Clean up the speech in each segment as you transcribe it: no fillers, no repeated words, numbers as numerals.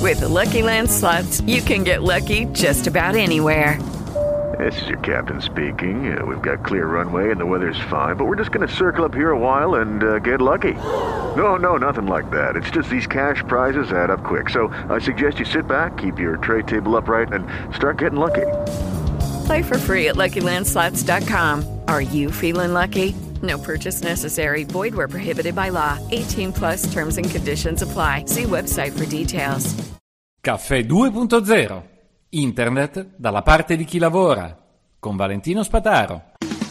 With the Lucky Land Slots, you can get lucky just about anywhere. This is your captain speaking. We've got clear runway and the weather's fine, but we're just going to circle up here a while and get lucky. No, nothing like that. It's just these cash prizes add up quick. So I suggest you sit back, keep your tray table upright, and start getting lucky. Play for free at LuckyLandSlots.com. Are you feeling lucky? No purchase necessary. Void where prohibited by law. 18 plus terms and conditions apply. See website for details. Caffè 2.0. Internet dalla parte di chi lavora. Con Valentino Spataro.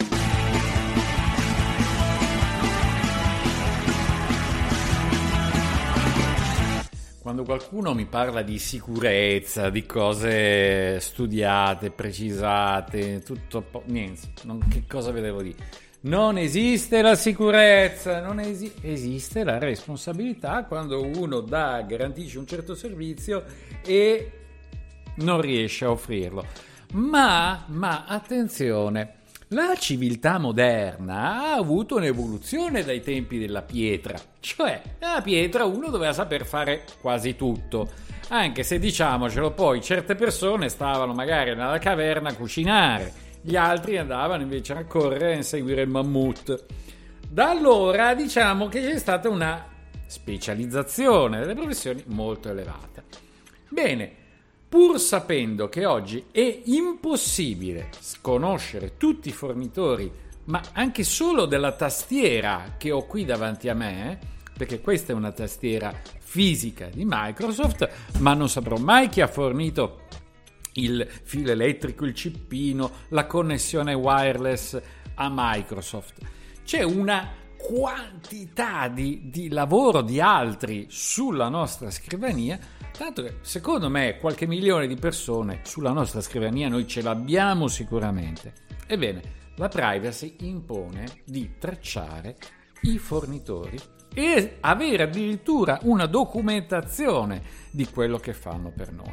Quando qualcuno mi parla di sicurezza, di cose studiate, precisate, tutto niente, che cosa vi devo dire? Non esiste la sicurezza, esiste la responsabilità quando uno garantisce un certo servizio e non riesce a offrirlo. Ma attenzione, la civiltà moderna ha avuto un'evoluzione dai tempi della pietra, cioè nella pietra uno doveva saper fare quasi tutto, anche se diciamocelo poi certe persone stavano magari nella caverna a cucinare, gli altri andavano invece a correre e a inseguire il mammut. Da allora diciamo che c'è stata una specializzazione delle professioni molto elevata. Bene, pur sapendo che oggi è impossibile conoscere tutti i fornitori, ma anche solo della tastiera che ho qui davanti a me, perché questa è una tastiera fisica di Microsoft, ma non saprò mai chi ha fornito il filo elettrico, il cippino, la connessione wireless a Microsoft. C'è una quantità di lavoro di altri sulla nostra scrivania, tanto che secondo me qualche milione di persone sulla nostra scrivania noi ce l'abbiamo sicuramente. Ebbene, la privacy impone di tracciare i fornitori e avere addirittura una documentazione di quello che fanno per noi.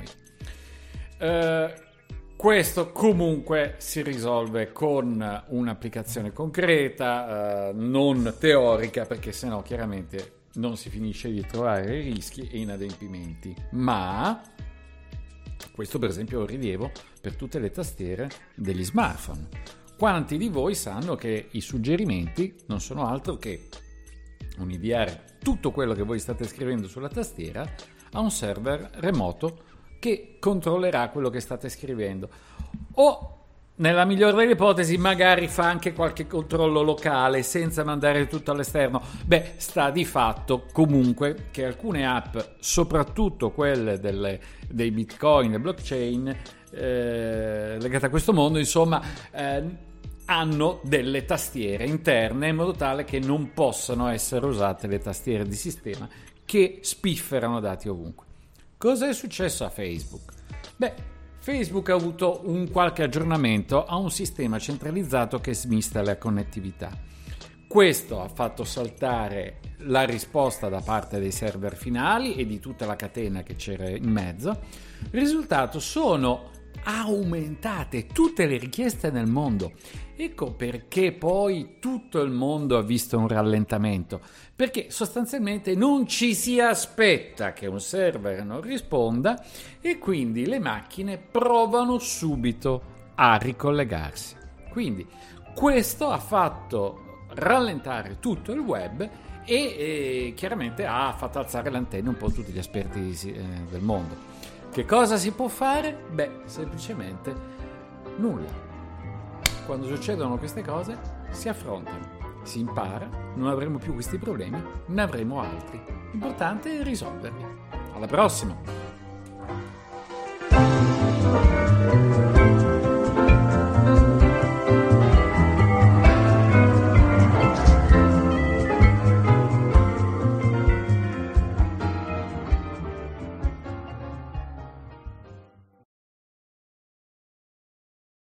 Questo comunque si risolve con un'applicazione concreta, non teorica, perché sennò chiaramente non si finisce di trovare rischi e inadempimenti. Ma questo per esempio lo rilievo per tutte le tastiere degli smartphone. Quanti di voi sanno che i suggerimenti non sono altro che un inviare tutto quello che voi state scrivendo sulla tastiera a un server remoto che controllerà quello che state scrivendo, o nella migliore delle ipotesi magari fa anche qualche controllo locale senza mandare tutto all'esterno. Sta di fatto comunque che alcune app, soprattutto quelle dei bitcoin e blockchain legate a questo mondo, insomma, hanno delle tastiere interne in modo tale che non possano essere usate le tastiere di sistema che spifferano dati ovunque. Cosa è successo a Facebook? Facebook ha avuto un qualche aggiornamento a un sistema centralizzato che smista la connettività. Questo ha fatto saltare la risposta da parte dei server finali e di tutta la catena che c'era in mezzo. Il risultato sono aumentate tutte le richieste nel mondo. Ecco perché poi tutto il mondo ha visto un rallentamento, perché sostanzialmente non ci si aspetta che un server non risponda e quindi le macchine provano subito a ricollegarsi. Quindi questo ha fatto rallentare tutto il web e chiaramente ha fatto alzare le antenne un po' tutti gli esperti del mondo. Che cosa si può fare? Semplicemente nulla. Quando succedono queste cose si affrontano, si impara, non avremo più questi problemi, ne avremo altri. L'importante è risolverli. Alla prossima!